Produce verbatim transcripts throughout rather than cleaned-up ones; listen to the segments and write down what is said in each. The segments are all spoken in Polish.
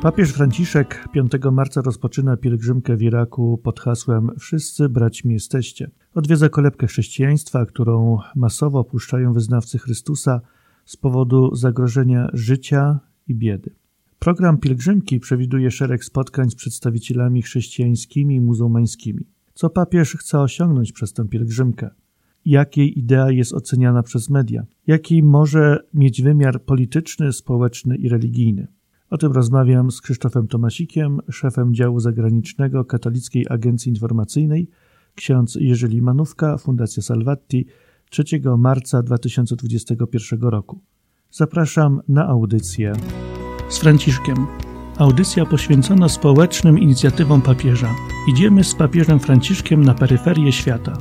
Papież Franciszek piątego marca rozpoczyna pielgrzymkę w Iraku pod hasłem „Wszyscy braćmi jesteście”. Odwiedza kolebkę chrześcijaństwa, którą masowo opuszczają wyznawcy Chrystusa z powodu zagrożenia życia i biedy. Program pielgrzymki przewiduje szereg spotkań z przedstawicielami chrześcijańskimi i muzułmańskimi. Co papież chce osiągnąć przez tę pielgrzymkę? Jak jej idea jest oceniana przez media? Jaki może mieć wymiar polityczny, społeczny i religijny? O tym rozmawiam z Krzysztofem Tomasikiem, szefem działu zagranicznego Katolickiej Agencji Informacyjnej, ksiądz Jerzy Limanówka, Fundacja Salvati, trzeciego marca dwa tysiące dwudziestego pierwszego roku. Zapraszam na audycję z Franciszkiem. Audycja poświęcona społecznym inicjatywom papieża. Idziemy z papieżem Franciszkiem na peryferię świata.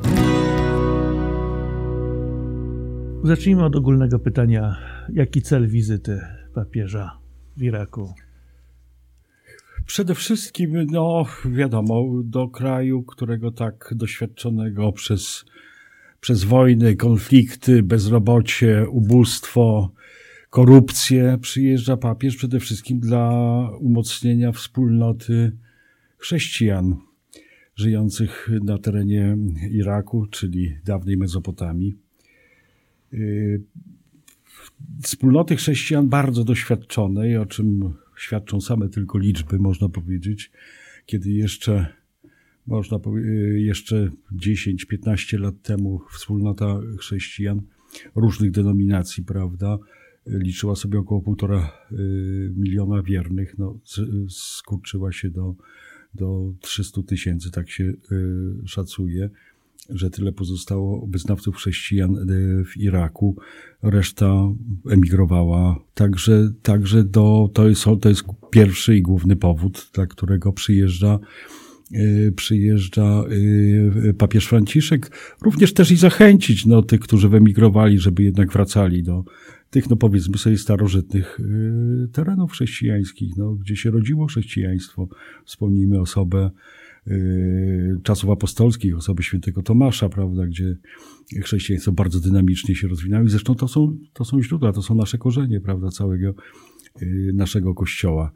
Zacznijmy od ogólnego pytania. Jaki cel wizyty papieża w Iraku? Przede wszystkim, no wiadomo, do kraju, którego tak doświadczonego przez, przez wojny, konflikty, bezrobocie, ubóstwo, korupcję, przyjeżdża papież przede wszystkim dla umocnienia wspólnoty chrześcijan żyjących na terenie Iraku, czyli dawnej Mezopotamii. Wspólnoty chrześcijan bardzo doświadczonej, o czym świadczą same tylko liczby, można powiedzieć, kiedy jeszcze, można jeszcze dziesięć piętnaście lat temu wspólnota chrześcijan różnych denominacji, prawda, liczyła sobie około półtora miliona wiernych, no, skurczyła się do, do trzystu tysięcy, tak się szacuje, że tyle pozostało wyznawców chrześcijan w Iraku, reszta emigrowała. Także, także do, to jest, to jest pierwszy i główny powód, dla którego przyjeżdża, przyjeżdża papież Franciszek. Również też i zachęcić no, tych, którzy wyemigrowali, żeby jednak wracali do tych, no powiedzmy sobie, starożytnych terenów chrześcijańskich, no, gdzie się rodziło chrześcijaństwo. Wspomnijmy osobę czasów apostolskich, osoby świętego Tomasza, prawda, gdzie chrześcijaństwo bardzo dynamicznie się rozwinęło i zresztą to są, to są źródła, to są nasze korzenie, prawda, całego naszego Kościoła.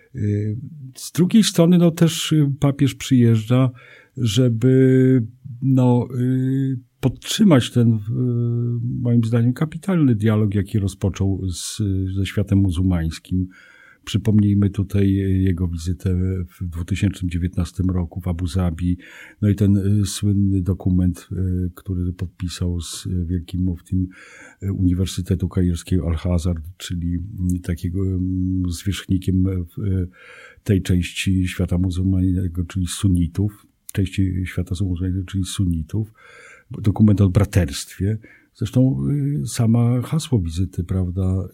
Z drugiej strony, no też papież przyjeżdża, żeby, no, podtrzymać ten, moim zdaniem, kapitalny dialog, jaki rozpoczął z, ze światem muzułmańskim. Przypomnijmy tutaj jego wizytę w dwa tysiące dziewiętnastym roku w Abu Zabi, no i ten słynny dokument, który podpisał z wielkim muftim Uniwersytetu Kairskiego Al-Azhar, czyli takiego zwierzchnikiem tej części świata muzułmańskiego, czyli sunnitów, części świata muzułmańskiego, czyli sunnitów, dokument o braterstwie. Zresztą sama hasło wizyty, prawda,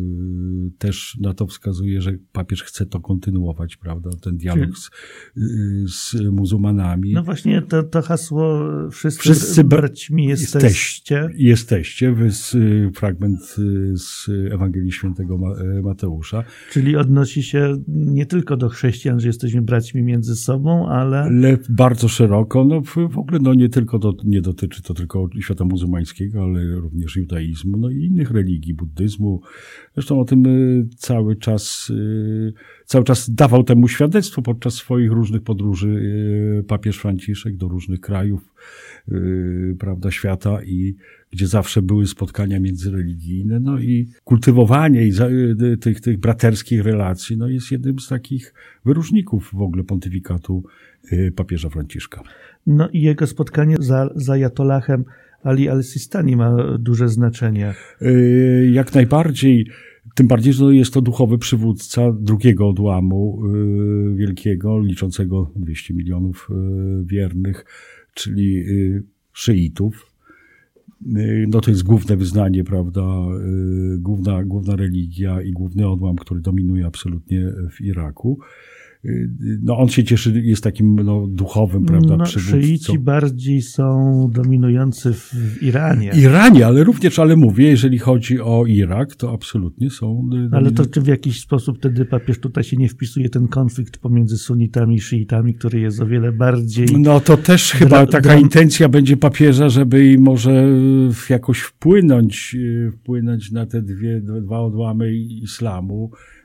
też na to wskazuje, że papież chce to kontynuować, prawda, ten dialog z, z muzułmanami. No właśnie to, to hasło wszyscy, wszyscy braćmi jesteście. Jesteście, jest fragment z Ewangelii Świętego Mateusza. Czyli odnosi się nie tylko do chrześcijan, że jesteśmy braćmi między sobą, ale... ale bardzo szeroko, no w ogóle no nie tylko do, nie dotyczy to tylko świata muzułmańskiego, ale również judaizmu, no i innych religii, buddyzmu. Zresztą o tym cały czas, cały czas dawał temu świadectwo podczas swoich różnych podróży papież Franciszek do różnych krajów, prawda, świata, i gdzie zawsze były spotkania międzyreligijne, no i kultywowanie i tych, tych braterskich relacji, no jest jednym z takich wyróżników w ogóle pontyfikatu papieża Franciszka. No i jego spotkanie za, z ajatollahem Ali al-Sistani ma duże znaczenie. Jak najbardziej, tym bardziej, że jest to duchowy przywódca drugiego odłamu wielkiego, liczącego dwieście milionów wiernych, czyli szyitów. No to jest główne wyznanie, prawda, główna, główna religia i główny odłam, który dominuje absolutnie w Iraku. No on się cieszy, jest takim no, duchowym, prawda, no, przywódcą. Szyici bardziej są dominujący w, w Iranie. Iranie, ale również, ale mówię, jeżeli chodzi o Irak, to absolutnie są... Ale to czy w jakiś sposób wtedy papież tutaj się nie wpisuje ten konflikt pomiędzy sunnitami i szyitami, który jest o wiele bardziej... No to też dra- chyba taka dra- intencja będzie papieża, żeby może jakoś wpłynąć, wpłynąć na te dwie, dwa odłamy islamu,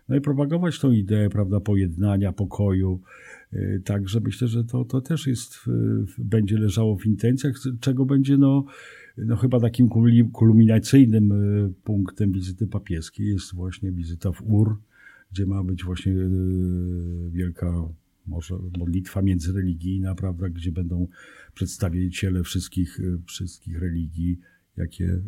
no i propagować tą ideę, prawda, pojednania, pokoju. Także myślę, że to, to też jest, będzie leżało w intencjach, czego będzie no, no chyba takim kulminacyjnym punktem wizyty papieskiej jest właśnie wizyta w Ur, gdzie ma być właśnie wielka może modlitwa międzyreligijna, prawda, gdzie będą przedstawiciele wszystkich, wszystkich religii, jakie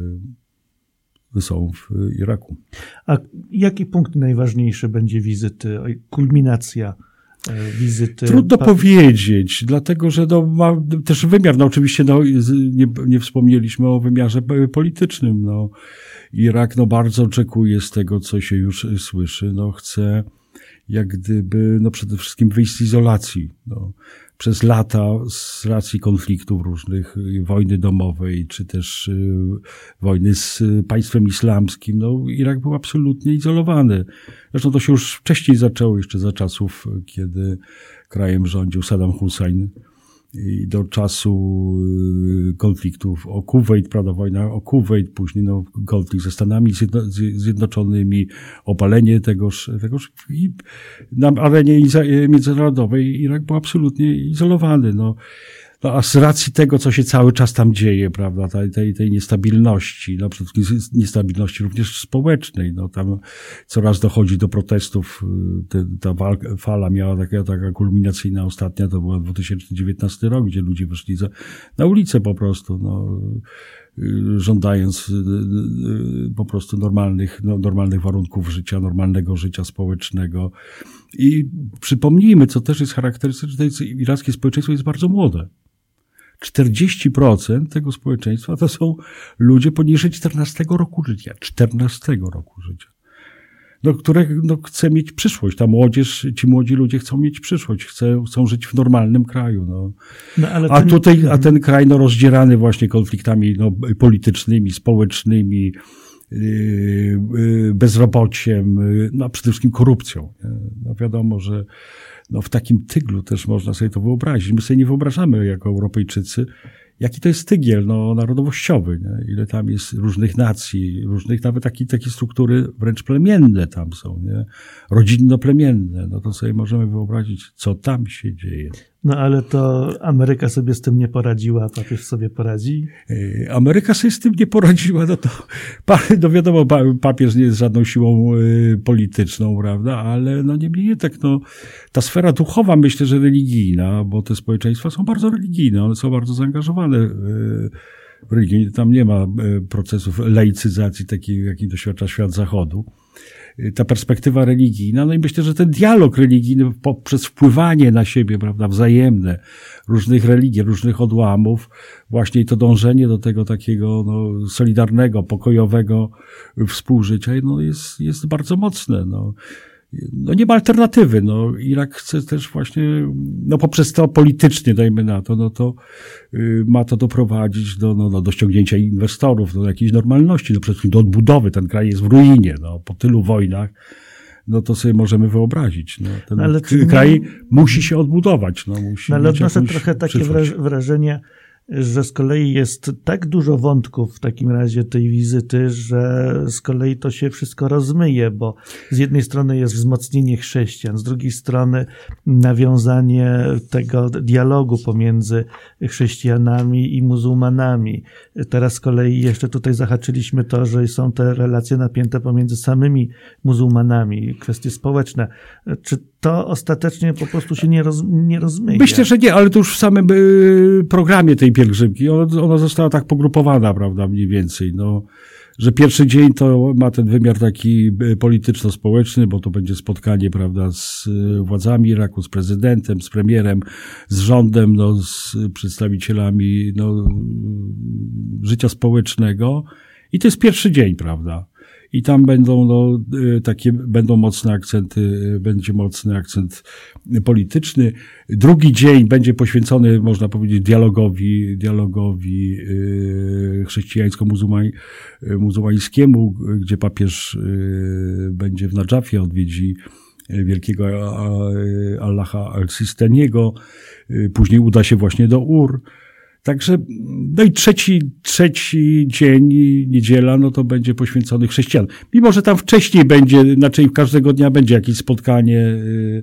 są w Iraku. A jaki punkt najważniejszy będzie wizyty, kulminacja wizyty? Trudno powiedzieć, dlatego że no, ma też wymiar, no oczywiście no, nie, nie wspomnieliśmy o wymiarze politycznym. No. Irak no, bardzo oczekuje z tego, co się już słyszy, no, chce jak gdyby no, przede wszystkim wyjść z izolacji. No. Przez lata z racji konfliktów różnych, wojny domowej, czy też y, wojny z państwem islamskim, no Irak był absolutnie izolowany. Zresztą to się już wcześniej zaczęło, jeszcze za czasów, kiedy krajem rządził Saddam Hussein i do czasu y, konfliktów o Kuwejt, prawda, wojna o Kuwejt, później no, konflikt ze Stanami Zjednoczonymi, opalenie tegoż, tegoż i na arenie międzynarodowej Irak był absolutnie izolowany. No. No, a z racji tego, co się cały czas tam dzieje, prawda, tej, tej, tej niestabilności, no przede wszystkim niestabilności również społecznej, no tam coraz dochodzi do protestów, te, ta walka, fala miała taka, taka kulminacyjna ostatnia, to była dwa tysiące dziewiętnasty rok, gdzie ludzie wyszli za, na ulicę po prostu, no, żądając po prostu normalnych, no, normalnych warunków życia, normalnego życia społecznego. I przypomnijmy, co też jest charakterystyczne, że irackie społeczeństwo jest bardzo młode. czterdzieści procent tego społeczeństwa to są ludzie poniżej czternastego roku życia. czternastego roku życia. No, które no, chce mieć przyszłość. Ta młodzież, ci młodzi ludzie chcą mieć przyszłość, chcą, chcą żyć w normalnym kraju. No. No, ale a ten... tutaj, a ten kraj no, rozdzierany właśnie konfliktami no, politycznymi, społecznymi, yy, yy, bezrobociem, yy, no, a przede wszystkim korupcją. No, wiadomo, że no, w takim tyglu też można sobie to wyobrazić. My sobie nie wyobrażamy jako Europejczycy, jaki to jest tygiel no, narodowościowy, nie? Ile tam jest różnych nacji, różnych nawet takie, takie struktury wręcz plemienne tam są, nie? Rodzinno-plemienne. No to sobie możemy wyobrazić, co tam się dzieje. No ale to Ameryka sobie z tym nie poradziła, papież sobie poradzi? Ameryka sobie z tym nie poradziła, no to no wiadomo, papież nie jest żadną siłą polityczną, prawda, ale no niemniej jednak, no ta sfera duchowa, myślę, że religijna, bo te społeczeństwa są bardzo religijne, one są bardzo zaangażowane w religię. Tam nie ma procesów laicyzacji takiej, jakiej doświadcza świat zachodu. Ta perspektywa religijna, no i myślę, że ten dialog religijny poprzez wpływanie na siebie, prawda, wzajemne różnych religii, różnych odłamów, właśnie i to dążenie do tego takiego no, solidarnego, pokojowego współżycia, no jest, jest bardzo mocne, no. No nie ma alternatywy, no Irak chce też właśnie, no poprzez to politycznie, dajmy na to, no to y, ma to doprowadzić do, no, no, do ściągnięcia inwestorów, do jakiejś normalności, no przede wszystkim do odbudowy, ten kraj jest w ruinie, no po tylu wojnach, no to sobie możemy wyobrazić, no ten ale kraj nie... musi się odbudować, no musi no, ale odnoszę trochę takie przyszłość. wrażenie, że z kolei jest tak dużo wątków w takim razie tej wizyty, że z kolei to się wszystko rozmyje, bo z jednej strony jest wzmocnienie chrześcijan, z drugiej strony nawiązanie tego dialogu pomiędzy chrześcijanami i muzułmanami. Teraz z kolei jeszcze tutaj zahaczyliśmy to, że są te relacje napięte pomiędzy samymi muzułmanami, kwestie społeczne. Czy to ostatecznie po prostu się nie, roz, nie rozmyje? Myślę, że nie, ale to już w samym y, programie tej pielgrzymki, ona, ona została tak pogrupowana, prawda, mniej więcej, no, że pierwszy dzień to ma ten wymiar taki polityczno-społeczny, bo to będzie spotkanie, prawda, z władzami Iraku, z prezydentem, z premierem, z rządem, no, z przedstawicielami, no, życia społecznego i to jest pierwszy dzień, prawda. I tam będą, no, takie, będą mocne akcenty, będzie mocny akcent polityczny. Drugi dzień będzie poświęcony, można powiedzieć, dialogowi, dialogowi yy, chrześcijańsko-muzułmańskiemu, gdzie papież yy, będzie w Nadżafie, odwiedzi wielkiego Allaha al-Sistaniego, yy, później uda się właśnie do Ur. Także, no i trzeci, trzeci dzień, niedziela, no to będzie poświęcony chrześcijan. Mimo, że tam wcześniej będzie, znaczy każdego dnia będzie jakieś spotkanie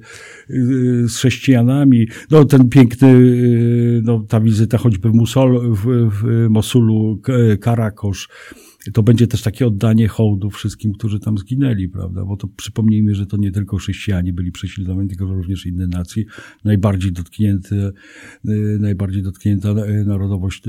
z chrześcijanami. No ten piękny, no ta wizyta choćby w, Musol, w, w Mosulu, Karakosz, to będzie też takie oddanie hołdu wszystkim, którzy tam zginęli, prawda? Bo to przypomnijmy, że to nie tylko chrześcijanie byli prześladowani, tylko również inne nacje. Najbardziej dotknięte, najbardziej dotknięta narodowość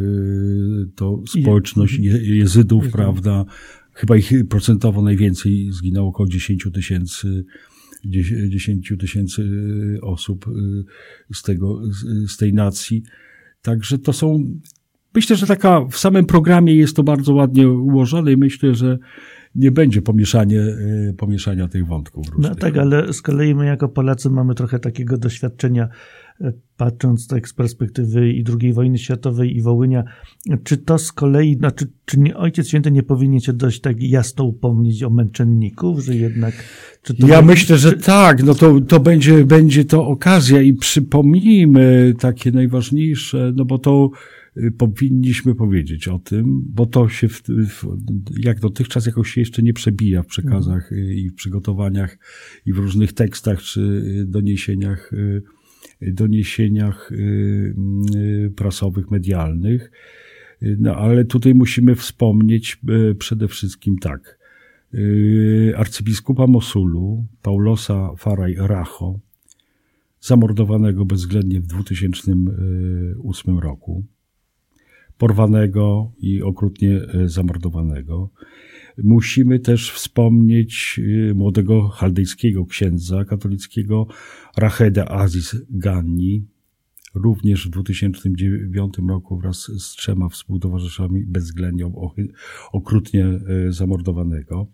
to społeczność Jezydów, prawda? Chyba ich procentowo najwięcej zginęło, około dziesięć tysięcy, dziesięć tysięcy osób z tego, z tej nacji. Także to są, myślę, że taka w samym programie jest to bardzo ładnie ułożone i myślę, że nie będzie pomieszanie, pomieszania tych wątków różnych. No tak, ale z kolei my jako Polacy mamy trochę takiego doświadczenia, patrząc tak z perspektywy i drugiej wojny światowej i Wołynia. Czy to z kolei, znaczy, czy nie, Ojciec Święty nie powinien się dość tak jasno upomnieć o męczenników, że jednak... Czy to ja będzie, myślę, że czy... tak, no to, to będzie, będzie to okazja i przypomnijmy takie najważniejsze, no bo to powinniśmy powiedzieć o tym, bo to się w, w, jak dotychczas jakoś się jeszcze nie przebija w przekazach mm. i w przygotowaniach i w różnych tekstach czy doniesieniach, doniesieniach prasowych, medialnych. No ale tutaj musimy wspomnieć przede wszystkim tak. Arcybiskupa Mosulu, Paulosa Faraj Racho, zamordowanego bezwzględnie w dwutysięcznym ósmym roku, porwanego i okrutnie zamordowanego. Musimy też wspomnieć młodego chaldejskiego księdza katolickiego Racheda Aziz Ganni, również w dwutysięcznym dziewiątym roku wraz z trzema współtowarzyszami bezwzględnie okrutnie zamordowanego.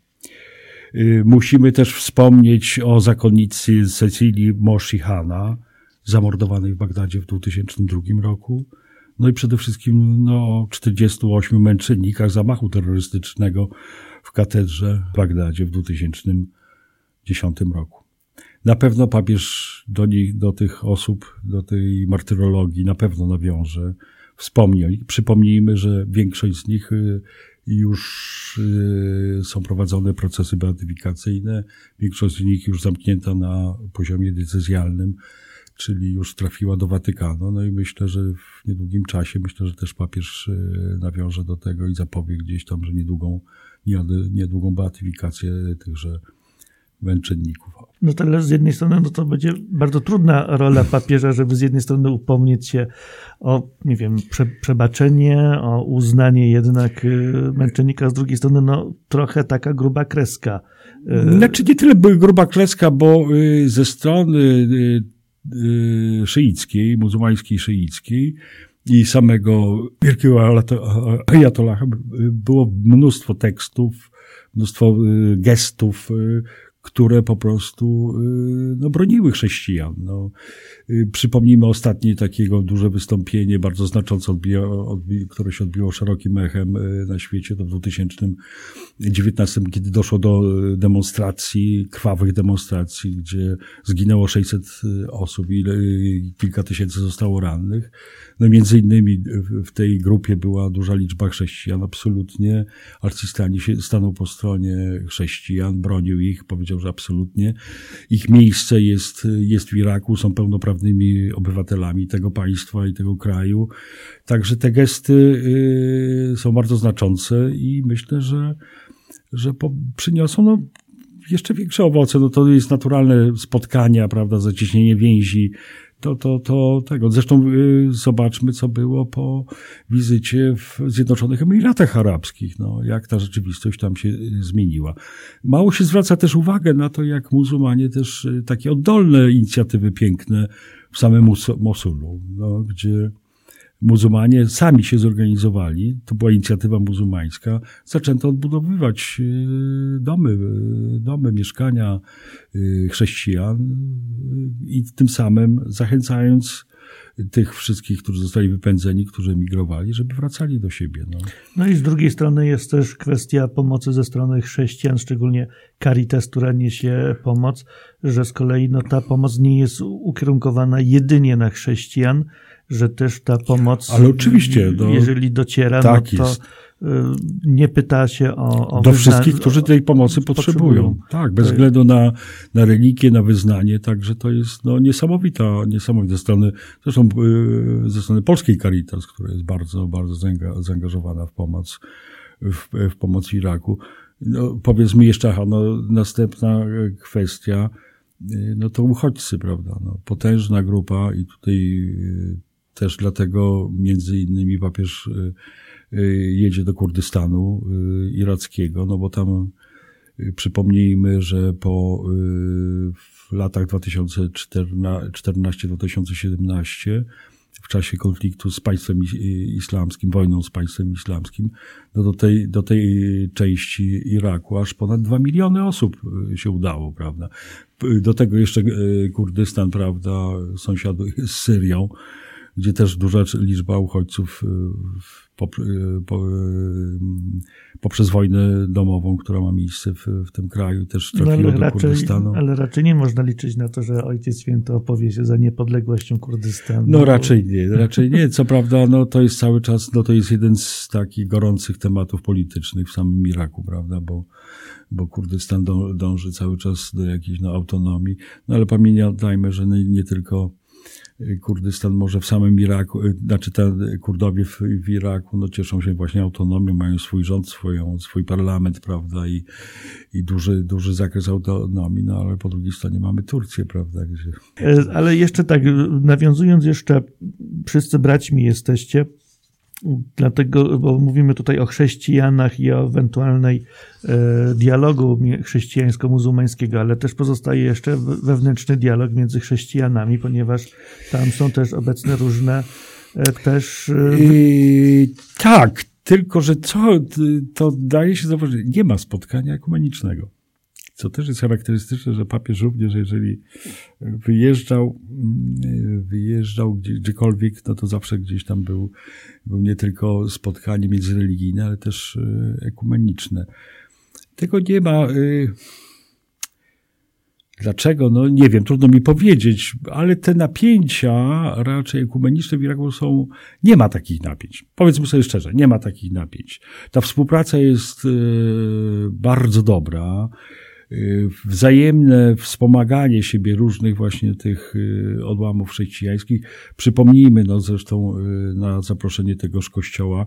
Musimy też wspomnieć o zakonnicy Cecilii Moshihana, zamordowanej w Bagdadzie w dwutysięcznym drugim roku. No i przede wszystkim no, o czterdziestu ośmiu męczennikach zamachu terrorystycznego w katedrze w Bagdadzie w dwutysięcznym dziesiątym roku. Na pewno papież do nich, do tych osób, do tej martyrologii na pewno nawiąże, wspomni o nich. Przypomnijmy, że większość z nich już są prowadzone procesy beatyfikacyjne, większość z nich już zamknięta na poziomie decyzjalnym, czyli już trafiła do Watykanu. No i myślę, że w niedługim czasie, myślę, że też papież nawiąże do tego i zapowie gdzieś tam, że niedługą, niedługą beatyfikację tychże męczenników. No to ale z jednej strony no to będzie bardzo trudna rola papieża, żeby z jednej strony upomnieć się o, nie wiem, prze, przebaczenie, o uznanie jednak męczennika, z drugiej strony no trochę taka gruba kreska. Znaczy nie tyle gruba kreska, bo ze strony szyickiej, muzułmańskiej szyickiej i samego wielkiego ajatollaha było mnóstwo tekstów, mnóstwo gestów, które po prostu no, broniły chrześcijan. No, przypomnijmy ostatnie takiego duże wystąpienie, bardzo znaczące, odbija, odbi, które się odbiło szerokim echem na świecie, to w dwa tysiące dziewiętnastym, kiedy doszło do demonstracji, krwawych demonstracji, gdzie zginęło sześćset osób i kilka tysięcy zostało rannych. No między innymi w tej grupie była duża liczba chrześcijan. Absolutnie Arcystani się stanął po stronie chrześcijan, bronił ich, powiedział, że absolutnie ich miejsce jest, jest w Iraku, są pełnoprawnymi obywatelami tego państwa i tego kraju. Także te gesty y, są bardzo znaczące i myślę, że, że po, przyniosą no, jeszcze większe owoce. No to jest naturalne spotkania, prawda, zacieśnienie więzi. To, to, to tego. Zresztą y, zobaczmy, co było po wizycie w Zjednoczonych Emiratach Arabskich. No, jak ta rzeczywistość tam się y, zmieniła. Mało się zwraca też uwagę na to, jak muzułmanie też y, takie oddolne inicjatywy piękne w samym Mus- Mosulu, no, gdzie muzułmanie sami się zorganizowali, to była inicjatywa muzułmańska, zaczęto odbudowywać domy, domy, mieszkania chrześcijan i tym samym zachęcając tych wszystkich, którzy zostali wypędzeni, którzy emigrowali, żeby wracali do siebie. No. No i z drugiej strony jest też kwestia pomocy ze strony chrześcijan, szczególnie Caritas, która niesie pomoc, że z kolei no, ta pomoc nie jest ukierunkowana jedynie na chrześcijan, że też ta pomoc, ale oczywiście, no, jeżeli dociera, tak no to jest. Nie pyta się o... o do wyzna- wszystkich, którzy tej pomocy potrzebują. potrzebują. Tak, bez względu na, na religię, na wyznanie. Także to jest no, niesamowita, niesamowita ze strony, zresztą ze strony polskiej Caritas, która jest bardzo, bardzo zaangażowana w pomoc, w, w pomoc Iraku. No, powiedzmy jeszcze, aha, no, następna kwestia, no to uchodźcy, prawda? No, potężna grupa i tutaj też dlatego między innymi papież jedzie do Kurdystanu irackiego, no bo tam przypomnijmy, że po w latach dwa tysiące czternastym do dwa tysiące siedemnastym w czasie konfliktu z państwem islamskim, wojną z państwem islamskim, no do tej, do tej części Iraku aż ponad dwa miliony osób się udało, prawda. Do tego jeszcze Kurdystan, prawda, sąsiaduje z Syrią, gdzie też duża liczba uchodźców poprzez wojnę domową, która ma miejsce w, w tym kraju, też trafiło no, do raczej, Kurdystanu. Ale raczej nie można liczyć na to, że Ojciec Święty opowie się za niepodległością Kurdystanu. No raczej nie, raczej nie. Co prawda, no to jest cały czas, no to jest jeden z takich gorących tematów politycznych w samym Iraku, prawda, bo, bo Kurdystan dą, dąży cały czas do jakiejś no, autonomii. No ale pamiętajmy, że nie, nie tylko Kurdystan może w samym Iraku, znaczy te Kurdowie w, w Iraku no, cieszą się właśnie autonomią, mają swój rząd, swoją, swój parlament, prawda, i, i duży, duży zakres autonomii, no ale po drugiej stronie mamy Turcję, prawda, gdzie... Ale jeszcze tak, nawiązując jeszcze, wszyscy braćmi jesteście, dlatego, bo mówimy tutaj o chrześcijanach i o ewentualnej e, dialogu chrześcijańsko-muzułmańskiego, ale też pozostaje jeszcze wewnętrzny dialog między chrześcijanami, ponieważ tam są też obecne różne e, też... E... Yy, tak, tylko że co, to daje się zauważyć, nie ma spotkania ekumenicznego. Co też jest charakterystyczne, że papież również, jeżeli wyjeżdżał, wyjeżdżał gdzie, gdziekolwiek, no to zawsze gdzieś tam był, był nie tylko spotkanie międzyreligijne, ale też ekumeniczne. Tego nie ma. Dlaczego? No nie wiem, trudno mi powiedzieć, ale te napięcia raczej ekumeniczne w Iraku są, nie ma takich napięć. Powiedzmy sobie szczerze, nie ma takich napięć. Ta współpraca jest bardzo dobra. Wzajemne wspomaganie siebie różnych właśnie tych odłamów chrześcijańskich. Przypomnijmy, no zresztą na zaproszenie tegoż kościoła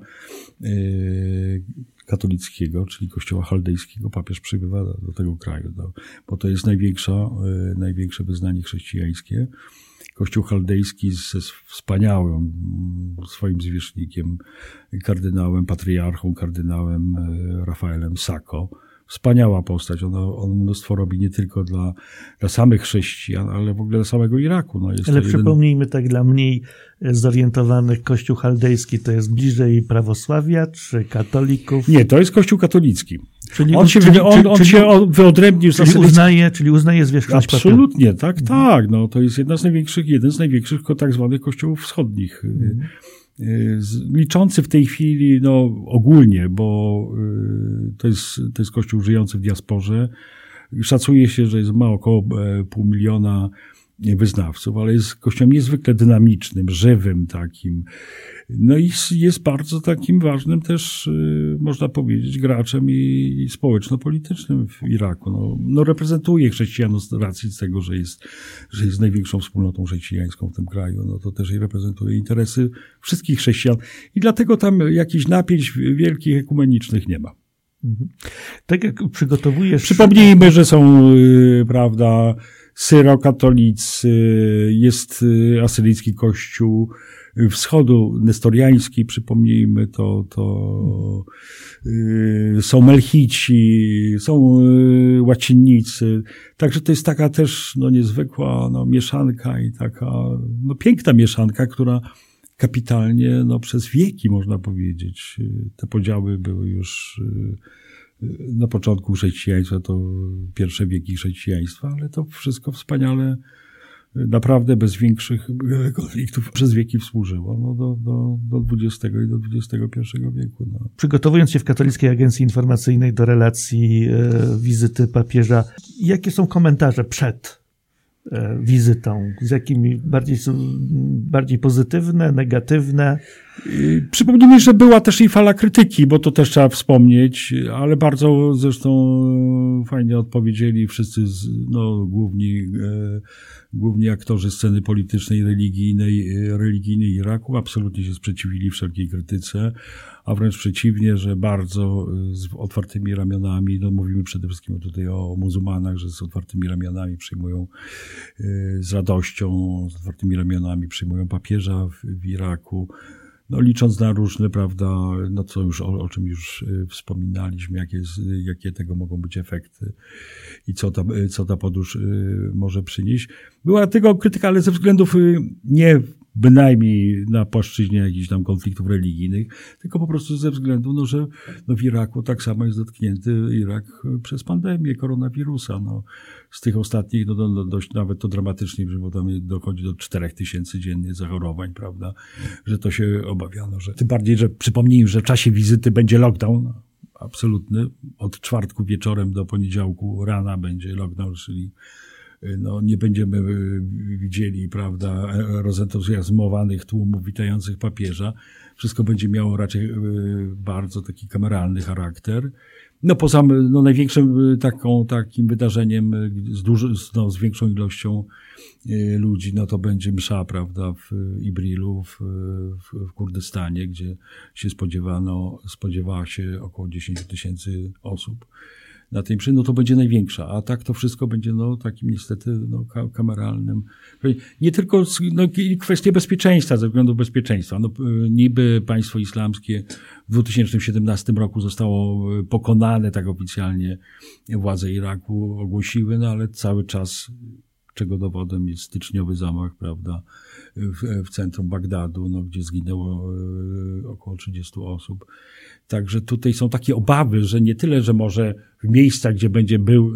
katolickiego, czyli kościoła chaldejskiego, papież przybywa do, do tego kraju, do, bo to jest największa, największe wyznanie chrześcijańskie. Kościół chaldejski ze wspaniałym swoim zwierzchnikiem, kardynałem, patriarchą, kardynałem Rafaelem Sacco. Wspaniała postać. On, on mnóstwo robi nie tylko dla, dla samych chrześcijan, ale w ogóle dla samego Iraku. No jest ale jeden... przypomnijmy tak dla mniej zorientowanych, Kościół chaldejski to jest bliżej prawosławia czy katolików? Nie, to jest Kościół katolicki. Czyli, on się, czyli, on, on czyli, się wyodrębnił. Czyli uznaje, czyli uznaje zwierzchność papieża. Absolutnie, tak, mhm. tak. No, to jest jedna z największych, jeden z największych tak zwanych kościołów wschodnich. Mhm. Liczący w tej chwili, no ogólnie, bo to jest, to jest kościół żyjący w diasporze. Szacuje się, że jest, ma około pół miliona wyznawców, ale jest kościołem niezwykle dynamicznym, żywym takim. No i jest bardzo takim ważnym też, można powiedzieć, graczem i, i społeczno-politycznym w Iraku. No, no reprezentuje chrześcijan z racji tego, że jest, że jest największą wspólnotą chrześcijańską w tym kraju. No to też i reprezentuje interesy wszystkich chrześcijan. I dlatego tam jakichś napięć wielkich ekumenicznych nie ma. Mhm. Tak jak przygotowujesz... Przypomnijmy, że są, yy, prawda, syrokatolicy, jest asyryjski kościół wschodu, nestoriański, przypomnijmy, to, to yy, są melchici, są yy, łacinnicy. Także to jest taka też no, niezwykła no, mieszanka i taka no, piękna mieszanka, która kapitalnie no, przez wieki, można powiedzieć, te podziały były już na początku chrześcijaństwa, to pierwsze wieki chrześcijaństwa, ale to wszystko wspaniale, naprawdę bez większych konfliktów przez wieki współżyło no, do, do, do dwudziestego i do dwudziestego pierwszego wieku. No. Przygotowując się w Katolickiej Agencji Informacyjnej do relacji e, wizyty papieża, jakie są komentarze przed e, wizytą? Z jakimi bardziej, bardziej pozytywne, negatywne? Przypomnijmy, że była też i fala krytyki, bo to też trzeba wspomnieć, ale bardzo zresztą fajnie odpowiedzieli wszyscy z, no, główni, e, główni aktorzy sceny politycznej, religijnej, religijnej Iraku absolutnie się sprzeciwili wszelkiej krytyce, a wręcz przeciwnie, że bardzo z otwartymi ramionami, no mówimy przede wszystkim tutaj o muzułmanach, że z otwartymi ramionami przyjmują, e, z radością, z otwartymi ramionami przyjmują papieża w, w Iraku. No, licząc na różne, prawda, no co już, o, o czym już wspominaliśmy, jakie, jakie tego mogą być efekty i co ta, co ta podróż może przynieść. Była tego krytyka, ale ze względów nie bynajmniej na płaszczyźnie jakichś tam konfliktów religijnych, tylko po prostu ze względu, no, że no, w Iraku tak samo jest dotknięty Irak przez pandemię koronawirusa. No, z tych ostatnich, no, no dość nawet to dramatycznie, bo tam dochodzi do czterech tysięcy dziennie zachorowań, prawda, że to się obawiano, że tym bardziej, że przypomnijmy, że w czasie wizyty będzie lockdown absolutny, od czwartku wieczorem do poniedziałku rana będzie lockdown, czyli no, nie będziemy widzieli, prawda, rozentuzjazmowanych tłumów witających papieża. Wszystko będzie miało raczej bardzo taki kameralny charakter. No, poza no, największym taką, takim wydarzeniem z, duży, no, z większą ilością ludzi, no to będzie msza, prawda, w Ibrilu, w, w, w Kurdystanie, gdzie się spodziewano, spodziewała się około dziesięć tysięcy osób. Na tej mszy, no to będzie największa, a tak to wszystko będzie, no, takim niestety, no, kameralnym. Nie tylko, no, kwestie bezpieczeństwa, ze względu bezpieczeństwa. No, niby państwo islamskie w dwa tysiące siedemnastym roku zostało pokonane, tak oficjalnie władze Iraku ogłosiły, no, ale cały czas, czego dowodem jest styczniowy zamach, prawda, w, w centrum Bagdadu, no, gdzie zginęło e, około trzydziestu osób. Także tutaj są takie obawy, że nie tyle, że może w miejscach, gdzie będzie był e,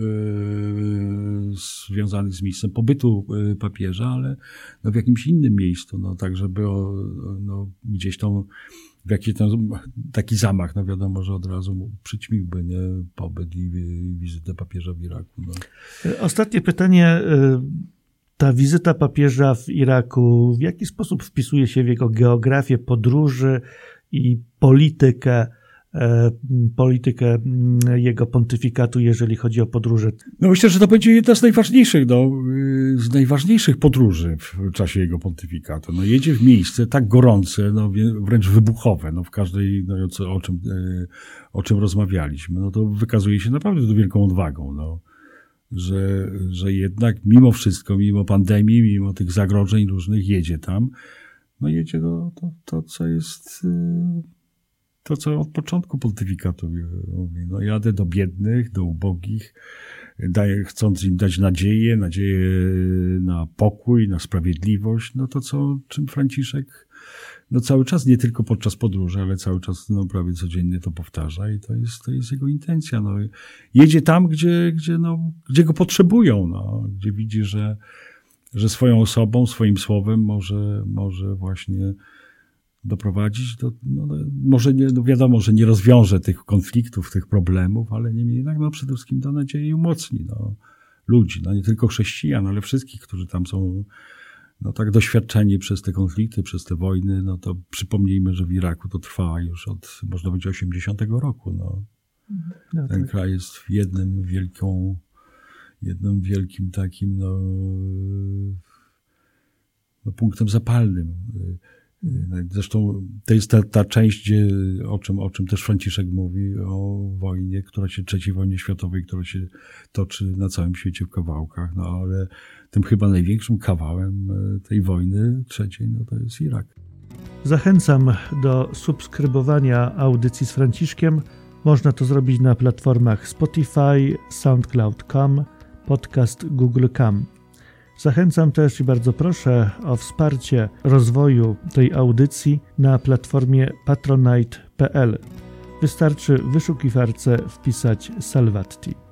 związanych z miejscem pobytu e, papieża, ale no, w jakimś innym miejscu, no, tak żeby o, no, gdzieś tą w jakiś tam taki zamach, no wiadomo, że od razu przyćmiłby, nie, pobyt i wizytę papieża w Iraku. No. Ostatnie pytanie. Ta wizyta papieża w Iraku w jaki sposób wpisuje się w jego geografię podróży i politykę, e, politykę jego pontyfikatu, jeżeli chodzi o podróże? No myślę, że to będzie jedna z najważniejszych, no, z najważniejszych podróży w czasie jego pontyfikatu. No jedzie w miejsce tak gorące, no wręcz wybuchowe, no w każdej, no, o czym, o czym rozmawialiśmy. No to wykazuje się naprawdę wielką odwagą, no. Że, że jednak mimo wszystko, mimo pandemii, mimo tych zagrożeń różnych jedzie tam, no jedzie do, to, to co jest, to co od początku pontyfikatu mówi, no jadę do biednych, do ubogich, daję, chcąc im dać nadzieję, nadzieję na pokój, na sprawiedliwość, no to co, czym Franciszek no cały czas, nie tylko podczas podróży, ale cały czas, no prawie codziennie to powtarza i to jest, to jest jego intencja, no. Jedzie tam, gdzie, gdzie, no, gdzie go potrzebują, no, gdzie widzi, że, że swoją osobą, swoim słowem może, może właśnie doprowadzić do, no, może nie, no wiadomo, że nie rozwiąże tych konfliktów, tych problemów, ale niemniej jednak, no przede wszystkim da nadzieję i umocni, no, ludzi, no nie tylko chrześcijan, ale wszystkich, którzy tam są, no tak doświadczeni przez te konflikty, przez te wojny, no to przypomnijmy, że w Iraku to trwa już od, można powiedzieć, osiemdziesiątego roku, no. No ten tak. Kraj jest jednym wielką, jednym wielkim takim, no, no punktem zapalnym. Zresztą to jest ta, ta część, gdzie, o czym, o czym też Franciszek mówi, o wojnie, która się, trzeciej wojnie światowej, która się toczy na całym świecie w kawałkach, no ale tym chyba największym kawałem tej wojny trzeciej, no to jest Irak. Zachęcam do subskrybowania audycji z Franciszkiem. Można to zrobić na platformach Spotify, SoundCloud kropka com, podcast Google kropka com. Zachęcam też i bardzo proszę o wsparcie rozwoju tej audycji na platformie patronite kropka p l. Wystarczy w wyszukiwarce wpisać Salvatti.